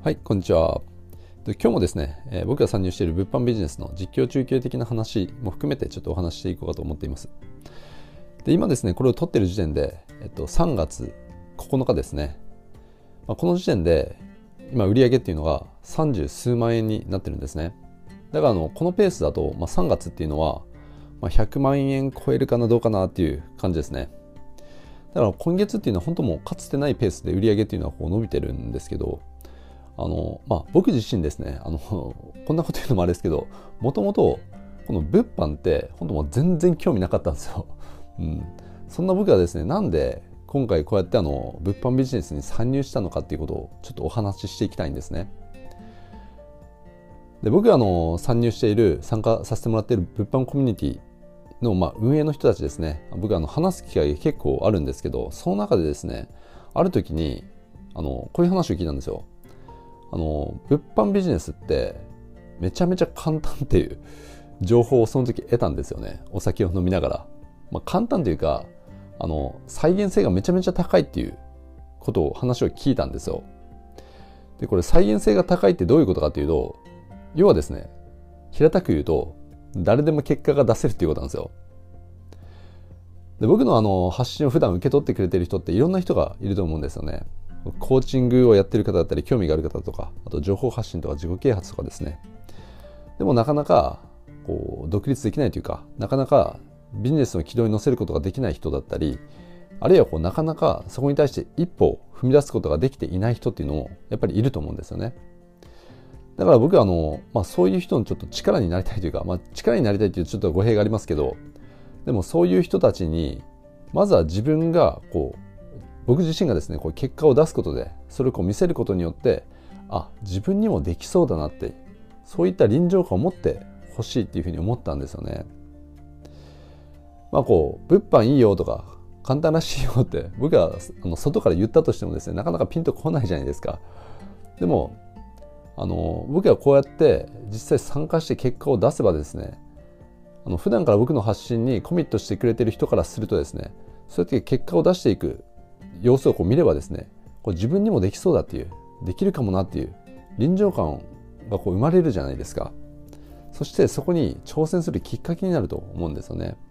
はい、こんにちは。今日もですね、僕が参入している物販ビジネスの実況中継的な話も含めてちょっとお話ししていこうかと思っています。で、今ですね、これを撮っている時点で、3月9日ですね。この時点で今売上っていうのが30数万円になってるんですね。だからこのペースだと、3月っていうのは、100万円超えるかなどうかなっていう感じですね。だから今月っていうのは本当もうかつてないペースで売上っていうのはこう伸びてるんですけど、僕自身ですね、こんなこと言うのもあれですけど、もともとこの物販って本当もう全然興味なかったんですよ。そんな僕はですね、なんで今回こうやって物販ビジネスに参入したのかっていうことをちょっとお話ししていきたいんですね。で、僕が参入している、参加させてもらっている物販コミュニティの、運営の人たちですね、僕は話す機会が結構あるんですけど、その中でですね、ある時にこういう話を聞いたんですよ。物販ビジネスってめちゃめちゃ簡単っていう情報をその時得たんですよね。お酒を飲みながら、簡単というか再現性がめちゃめちゃ高いっていうことを話を聞いたんですよ。で、これ再現性が高いってどういうことかというと、要はですね、平たく言うと誰でも結果が出せるっていうことなんですよ。で、僕の発信を普段受け取ってくれてる人っていろんな人がいると思うんですよね。コーチングをやってる方だったり、興味がある方とか、あと情報発信とか自己啓発とかですね。でもなかなかこう独立できないというか、なかなかビジネスの軌道に乗せることができない人だったり、あるいはなかなかそこに対して一歩踏み出すことができていない人っていうのもやっぱりいると思うんですよね。だから僕はそういう人のちょっと力になりたいというか、力になりたいというちょっと語弊がありますけど、でもそういう人たちにまずは自分が僕自身がですね、結果を出すことで、それを見せることによって、自分にもできそうだなって、そういった臨場感を持ってほしいっていうふうに思ったんですよね。物販いいよとか簡単らしいよって僕は外から言ったとしてもですね、なかなかピンとこないじゃないですか。でも僕はこうやって実際参加して結果を出せばですね、普段から僕の発信にコミットしてくれてる人からするとですね、そうやって結果を出していく様子を見ればですね、自分にもできそうだっていう、できるかもなっていう臨場感が生まれるじゃないですか。そしてそこに挑戦するきっかけになると思うんですよね。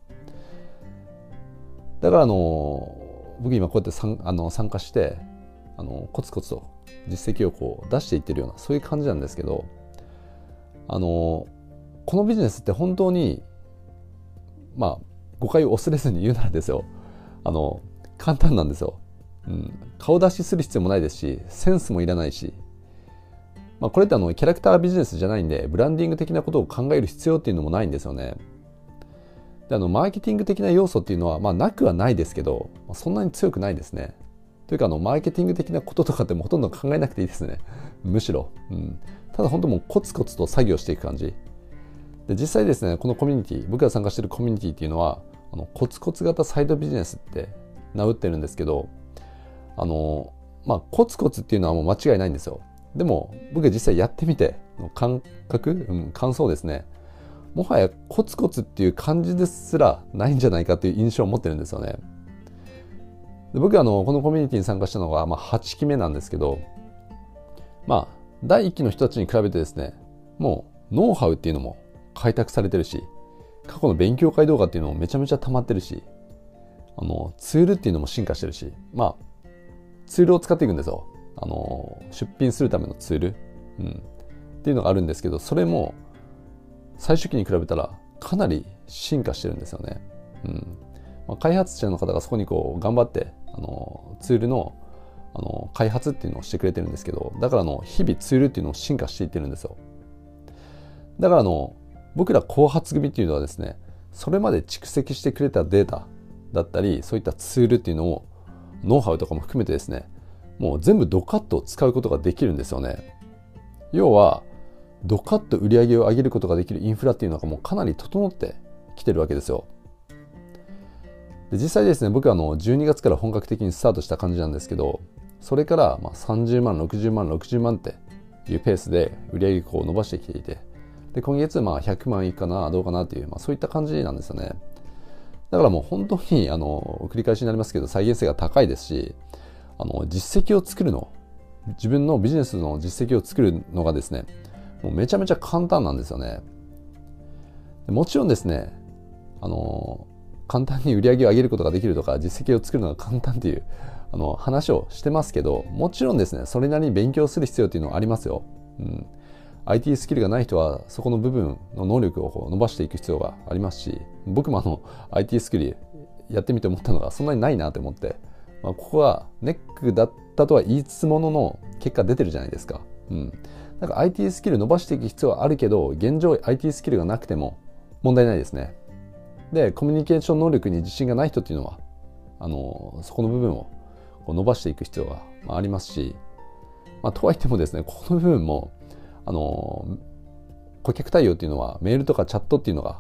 だから僕今こうやって参加してコツコツと実績を出していってるような、そういう感じなんですけど、このビジネスって本当に誤解を恐れずに言うならですよ、簡単なんですよ。顔出しする必要もないですし、センスもいらないし、これってキャラクタービジネスじゃないんで、ブランディング的なことを考える必要っていうのもないんですよね。で、マーケティング的な要素っていうのは、なくはないですけど、そんなに強くないですね。というかマーケティング的なこととかってほとんど考えなくていいですね。むしろ、ただ本当もうコツコツと作業していく感じで、実際ですね、このコミュニティ、僕が参加しているコミュニティっていうのはコツコツ型サイドビジネスって名打ってるんですけど、コツコツっていうのはもう間違いないんですよ。でも僕が実際やってみての感想ですね、もはやコツコツっていう感じですらないんじゃないかっていう印象を持ってるんですよね。で、僕はこのコミュニティに参加したのが8期目なんですけど、第1期の人たちに比べてですね、もうノウハウっていうのも開拓されてるし、過去の勉強会動画っていうのもめちゃめちゃ溜まってるし、ツールっていうのも進化してるし、ツールを使っていくんですよ。出品するためのツール、っていうのがあるんですけど、それも最初期に比べたらかなり進化してるんですよね。開発者の方がそこに頑張ってツールの開発っていうのをしてくれてるんですけど、だから日々ツールっていうのを進化していってるんですよ。だから僕ら後発組っていうのはですね、それまで蓄積してくれたデータだったり、そういったツールっていうのをノウハウとかも含めてですね、もう全部ドカッと使うことができるんですよね。要はドカッと売り上げを上げることができるインフラっていうのがもうかなり整ってきてるわけですよ。で、実際ですね、僕は12月から本格的にスタートした感じなんですけど、それから30万、60万、60万っていうペースで売り上げを伸ばしてきていて、で、今月100万いくかなどうかなっていう、そういった感じなんですよね。だからもう本当に繰り返しになりますけど、再現性が高いですし、実績を作るの自分のビジネスの実績を作るのがですね、もうめちゃめちゃ簡単なんですよね。もちろんですね、簡単に売り上げを上げることができるとか実績を作るのが簡単っていう話をしてますけど、もちろんですね、それなりに勉強する必要っていうのはありますよ。IT スキルがない人はそこの部分の能力を伸ばしていく必要がありますし、僕もIT スキルやってみて思ったのがそんなにないなと思って、ここはネックだったとは言いつつものの結果出てるじゃないですか。なんか IT スキル伸ばしていく必要はあるけど、現状 IT スキルがなくても問題ないですね。で、コミュニケーション能力に自信がない人っていうのはそこの部分を伸ばしていく必要がありますし、とはいってもですね、この部分も顧客対応っていうのはメールとかチャットっていうのが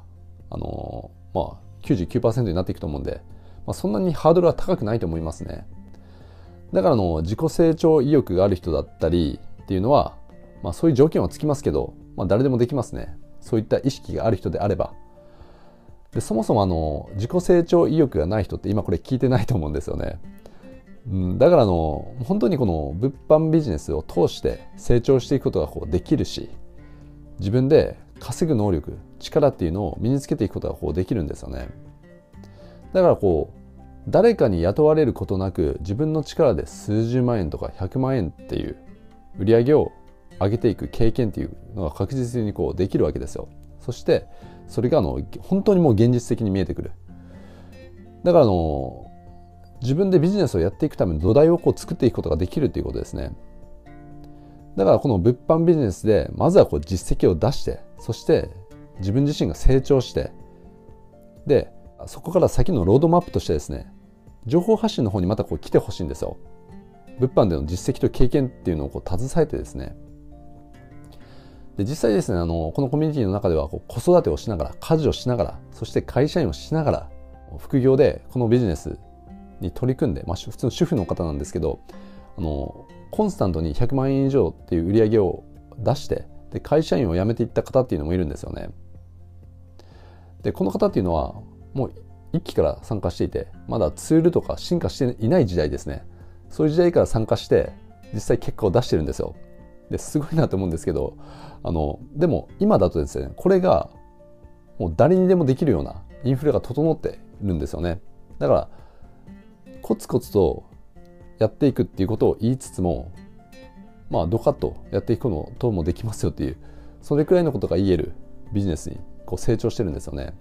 99% になっていくと思うんで、そんなにハードルは高くないと思いますね。だから自己成長意欲がある人だったりっていうのは、そういう条件はつきますけど、誰でもできますね。そういった意識がある人であれば。で、そもそも自己成長意欲がない人って今これ聞いてないと思うんですよね。だから本当にこの物販ビジネスを通して成長していくことができるし、自分で稼ぐ能力、力っていうのを身につけていくことができるんですよね。だから誰かに雇われることなく自分の力で数十万円とか100万円っていう売り上げを上げていく経験っていうのが確実にできるわけですよ。そしてそれが本当にもう現実的に見えてくる。だから自分でビジネスをやっていくための土台を作っていくことができるということですね。だからこの物販ビジネスでまずは実績を出して、そして自分自身が成長して、でそこから先のロードマップとしてですね、情報発信の方にまた来てほしいんですよ。物販での実績と経験っていうのを携えてですね。で、実際ですね、このコミュニティの中では子育てをしながら、家事をしながら、そして会社員をしながら、副業でこのビジネスに取り組んで、普通の主婦の方なんですけど、コンスタントに100万円以上っていう売り上げを出して、で会社員を辞めていった方っていうのもいるんですよね。で、この方っていうのはもう一期から参加していて、まだツールとか進化していない時代ですね。そういう時代から参加して実際結果を出してるんですよ。ですごいなと思うんですけど、でも今だとですね、これがもう誰にでもできるようなインフレが整っているんですよね。だからコツコツとやっていくっていうことを言いつつも、ドカッとやっていくこともできますよっていう、それくらいのことが言えるビジネスに成長してるんですよね。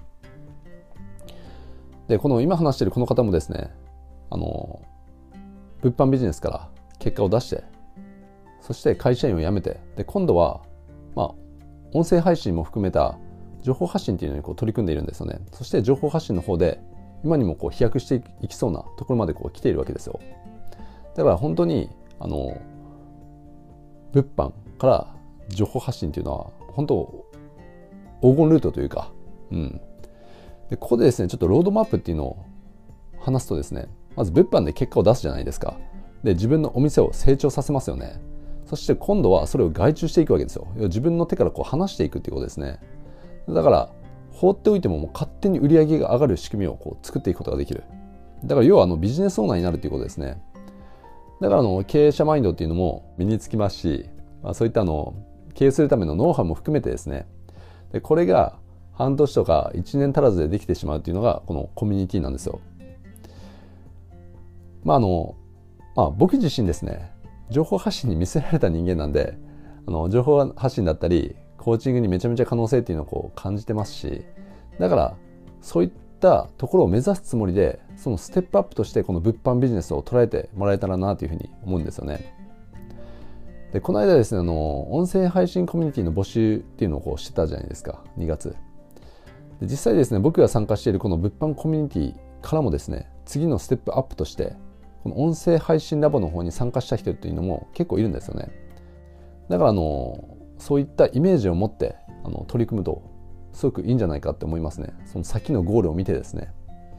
で、この今話しているこの方もですね、物販ビジネスから結果を出して、そして会社員を辞めて、で今度は音声配信も含めた情報発信っていうのに取り組んでいるんですよね。そして情報発信の方で今にも飛躍していきそうなところまで来ているわけですよ。だから本当に物販から情報発信っていうのは本当黄金ルートというか、でここでですね、ちょっとロードマップっていうのを話すとですね、まず物販で結果を出すじゃないですか。で、自分のお店を成長させますよね。そして今度はそれを外注していくわけですよ。自分の手から離していくっていうことですね。だから放っておいても勝手に売り上げが上がる仕組みを作っていくことができる。だから要はビジネスオーナーになるっていうことですね。だから経営者マインドっていうのも身につきますし、そういった経営するためのノウハウも含めてですね、でこれが半年とか1年足らずでできてしまうっていうのがこのコミュニティなんですよ。僕自身ですね、情報発信に見せられた人間なんで、情報発信だったりコーチングにめちゃめちゃ可能性っていうのを感じてますし、だからそういったところを目指すつもりで、そのステップアップとしてこの物販ビジネスを捉えてもらえたらなというふうに思うんですよね。で、この間ですね、音声配信コミュニティの募集っていうのをしてたじゃないですか、2月で。実際ですね、僕が参加しているこの物販コミュニティからもですね、次のステップアップとしてこの音声配信ラボの方に参加した人っていうのも結構いるんですよね。だからそういったイメージを持って取り組むとすごくいいんじゃないかって思いますね。その先のゴールを見てですね。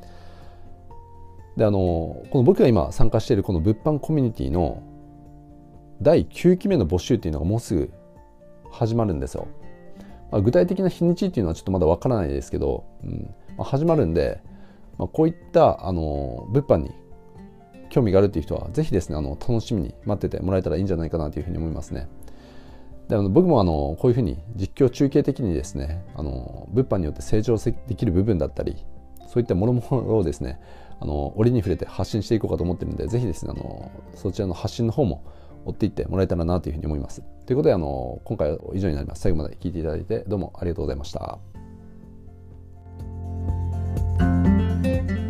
でこの僕が今参加しているこの物販コミュニティの第9期目の募集っていうのがもうすぐ始まるんですよ。具体的な日にちっていうのはちょっとまだわからないですけど、始まるんで、こういった物販に興味があるという人はぜひですね楽しみに待っててもらえたらいいんじゃないかなというふうに思いますね。で僕もこういうふうに実況中継的にですね物販によって成長できる部分だったりそういったものをですね折に触れて発信していこうかと思っているので、ぜひですねそちらの発信の方も追っていってもらえたらなというふうに思います。ということで今回は以上になります。最後まで聞いていただいてどうもありがとうございました。